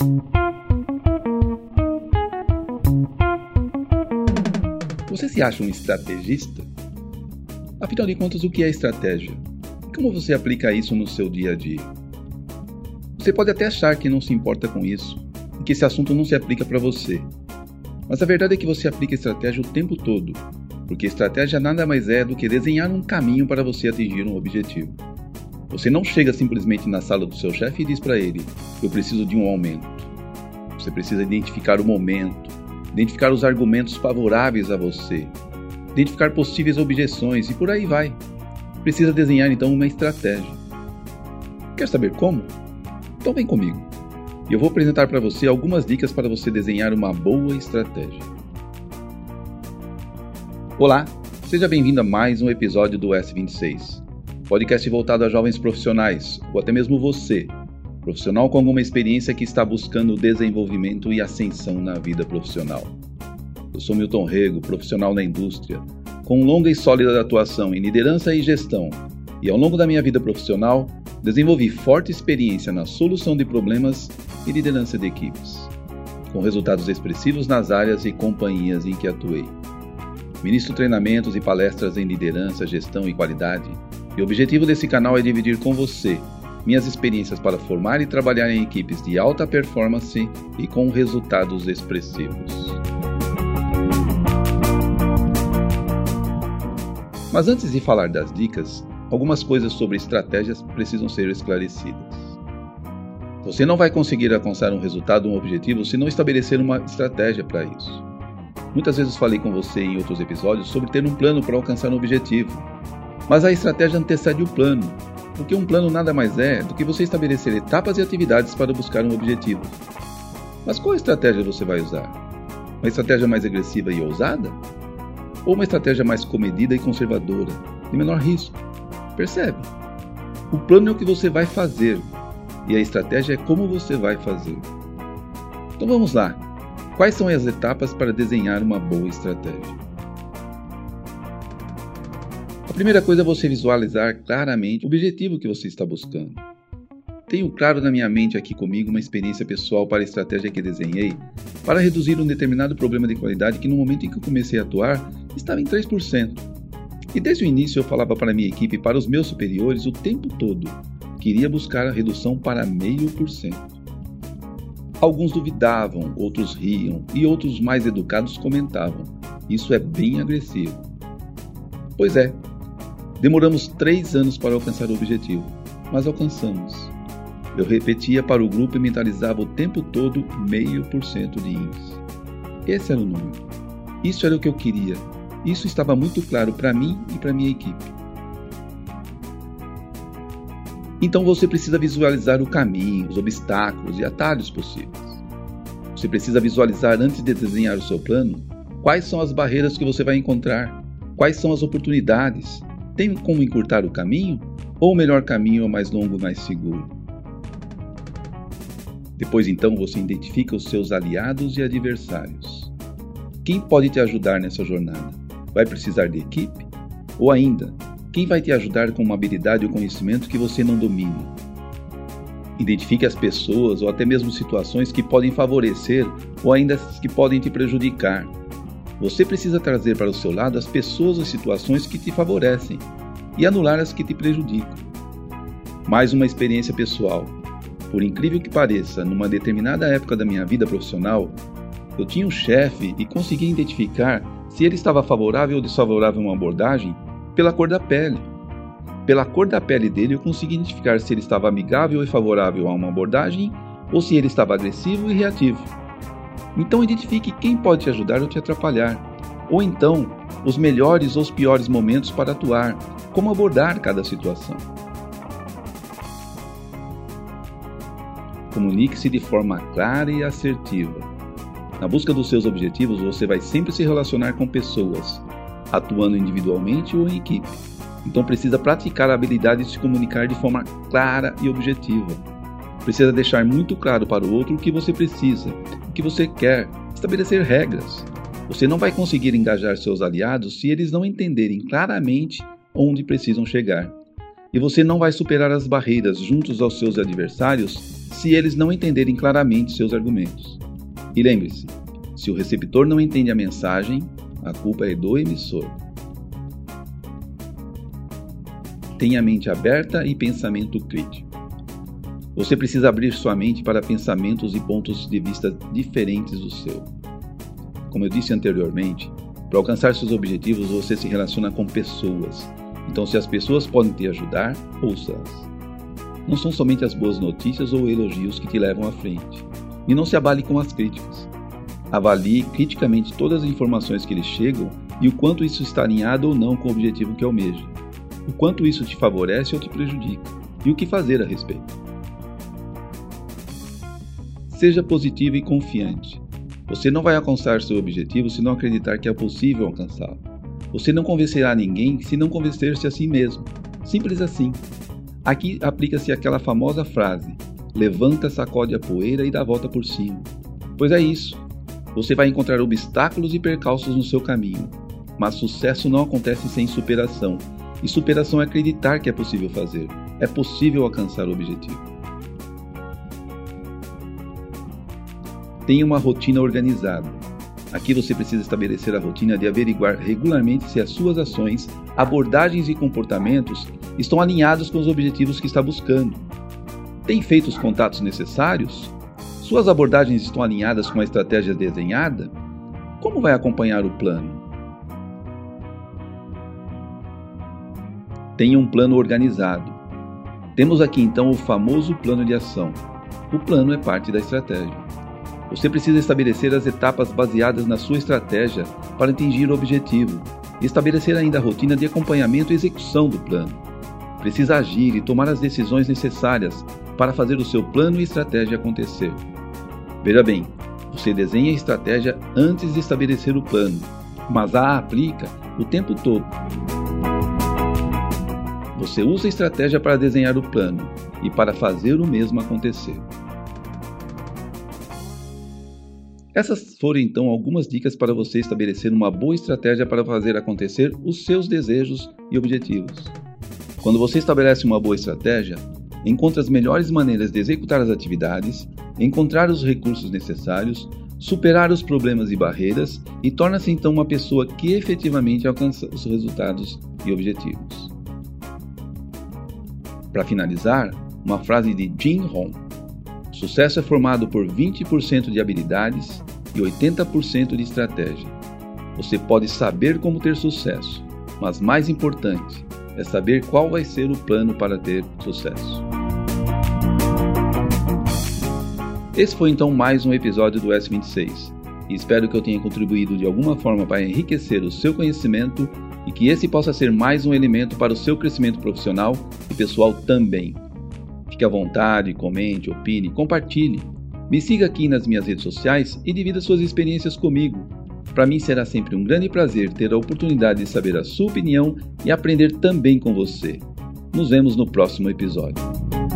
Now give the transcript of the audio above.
Você se acha um estrategista? Afinal de contas, o que é estratégia? Como você aplica isso no seu dia a dia? Você pode até achar que não se importa com isso e que esse assunto não se aplica para você. Mas a verdade é que você aplica estratégia o tempo todo, porque estratégia nada mais é do que desenhar um caminho para você atingir um objetivo. Você não chega simplesmente na sala do seu chefe e diz para ele: eu preciso de um aumento. Você precisa identificar o momento, identificar os argumentos favoráveis a você, identificar possíveis objeções e por aí vai. Precisa desenhar então uma estratégia. Quer saber como? Então vem comigo. E eu vou apresentar para você algumas dicas para você desenhar uma boa estratégia. Olá, seja bem-vindo a mais um episódio do S26, podcast voltado a jovens profissionais, ou até mesmo você, profissional com alguma experiência que está buscando desenvolvimento e ascensão na vida profissional. Eu sou Milton Rego, profissional na indústria, com longa e sólida atuação em liderança e gestão, e ao longo da minha vida profissional, desenvolvi forte experiência na solução de problemas e liderança de equipes, com resultados expressivos nas áreas e companhias em que atuei. Ministro treinamentos e palestras em liderança, gestão e qualidade, e o objetivo desse canal é dividir com você minhas experiências para formar e trabalhar em equipes de alta performance e com resultados expressivos. Mas antes de falar das dicas, algumas coisas sobre estratégias precisam ser esclarecidas. Você não vai conseguir alcançar um resultado ou um objetivo se não estabelecer uma estratégia para isso. Muitas vezes falei com você em outros episódios sobre ter um plano para alcançar um objetivo, mas a estratégia antecede o plano, porque um plano nada mais é do que você estabelecer etapas e atividades para buscar um objetivo. Mas qual estratégia você vai usar? Uma estratégia mais agressiva e ousada? Ou uma estratégia mais comedida e conservadora, de menor risco? Percebe? O plano é o que você vai fazer e a estratégia é como você vai fazer. Então vamos lá. Quais são as etapas para desenhar uma boa estratégia? A primeira coisa é você visualizar claramente o objetivo que você está buscando. Tenho claro na minha mente aqui comigo uma experiência pessoal para a estratégia que desenhei para reduzir um determinado problema de qualidade que no momento em que eu comecei a atuar estava em 3%. E desde o início eu falava para a minha equipe e para os meus superiores o tempo todo que iria buscar a redução para 0,5%. Alguns duvidavam, outros riam e outros mais educados comentavam: isso é bem agressivo. Pois é, demoramos 3 anos para alcançar o objetivo, mas alcançamos. Eu repetia para o grupo e mentalizava o tempo todo 0,5% de índice. Esse era o número. Isso era o que eu queria. Isso estava muito claro para mim e para minha equipe. Então você precisa visualizar o caminho, os obstáculos e atalhos possíveis. Você precisa visualizar antes de desenhar o seu plano quais são as barreiras que você vai encontrar, quais são as oportunidades, tem como encurtar o caminho ou o melhor caminho é o mais longo e mais seguro. Depois então você identifica os seus aliados e adversários. Quem pode te ajudar nessa jornada? Vai precisar de equipe? Ou ainda, quem vai te ajudar com uma habilidade ou conhecimento que você não domina? Identifique as pessoas ou até mesmo situações que podem favorecer ou ainda que podem te prejudicar. Você precisa trazer para o seu lado as pessoas ou situações que te favorecem e anular as que te prejudicam. Mais uma experiência pessoal. Por incrível que pareça, numa determinada época da minha vida profissional, eu tinha um chefe e conseguia identificar se ele estava favorável ou desfavorável a uma abordagem pela cor da pele. Pela cor da pele dele eu conseguia identificar se ele estava amigável e favorável a uma abordagem ou se ele estava agressivo e reativo. Então identifique quem pode te ajudar ou te atrapalhar, ou então os melhores ou os piores momentos para atuar, como abordar cada situação. Comunique-se de forma clara e assertiva. Na busca dos seus objetivos, você vai sempre se relacionar com pessoas, atuando individualmente ou em equipe. Então precisa praticar a habilidade de se comunicar de forma clara e objetiva. Precisa deixar muito claro para o outro o que você precisa, o que você quer, estabelecer regras. Você não vai conseguir engajar seus aliados se eles não entenderem claramente onde precisam chegar. E você não vai superar as barreiras juntos aos seus adversários se eles não entenderem claramente seus argumentos. E lembre-se, se o receptor não entende a mensagem, a culpa é do emissor. Tenha a mente aberta e pensamento crítico. Você precisa abrir sua mente para pensamentos e pontos de vista diferentes do seu. Como eu disse anteriormente, para alcançar seus objetivos você se relaciona com pessoas. Então, se as pessoas podem te ajudar, ouça-as. Não são somente as boas notícias ou elogios que te levam à frente. E não se abale com as críticas. Avalie criticamente todas as informações que lhe chegam e o quanto isso está alinhado ou não com o objetivo que almeja. O quanto isso te favorece ou te prejudica. E o que fazer a respeito. Seja positivo e confiante. Você não vai alcançar seu objetivo se não acreditar que é possível alcançá-lo. Você não convencerá ninguém se não convencer-se a si mesmo. Simples assim. Aqui aplica-se aquela famosa frase: levanta, sacode a poeira e dá a volta por cima. Pois é isso. Você vai encontrar obstáculos e percalços no seu caminho. Mas sucesso não acontece sem superação. E superação é acreditar que é possível fazer. É possível alcançar o objetivo. Tenha uma rotina organizada. Aqui você precisa estabelecer a rotina de averiguar regularmente se as suas ações, abordagens e comportamentos estão alinhados com os objetivos que está buscando. Tem feito os contatos necessários? Suas abordagens estão alinhadas com a estratégia desenhada? Como vai acompanhar o plano? Tenha um plano organizado. Temos aqui então o famoso plano de ação. O plano é parte da estratégia. Você precisa estabelecer as etapas baseadas na sua estratégia para atingir o objetivo e estabelecer ainda a rotina de acompanhamento e execução do plano. Precisa agir e tomar as decisões necessárias para fazer o seu plano e estratégia acontecer. Veja bem, você desenha a estratégia antes de estabelecer o plano, mas a aplica o tempo todo. Você usa a estratégia para desenhar o plano e para fazer o mesmo acontecer. Essas foram então algumas dicas para você estabelecer uma boa estratégia para fazer acontecer os seus desejos e objetivos. Quando você estabelece uma boa estratégia, encontra as melhores maneiras de executar as atividades, encontrar os recursos necessários, superar os problemas e barreiras e torna-se então uma pessoa que efetivamente alcança os resultados e objetivos. Para finalizar, uma frase de Jim Rohn: sucesso é formado por 20% de habilidades e 80% de estratégia. Você pode saber como ter sucesso, mas mais importante é saber qual vai ser o plano para ter sucesso. Esse foi então mais um episódio do S26 e espero que eu tenha contribuído de alguma forma para enriquecer o seu conhecimento e que esse possa ser mais um elemento para o seu crescimento profissional e pessoal também. Fique à vontade, comente, opine, compartilhe. Me siga aqui nas minhas redes sociais e divida suas experiências comigo. Para mim será sempre um grande prazer ter a oportunidade de saber a sua opinião e aprender também com você. Nos vemos no próximo episódio.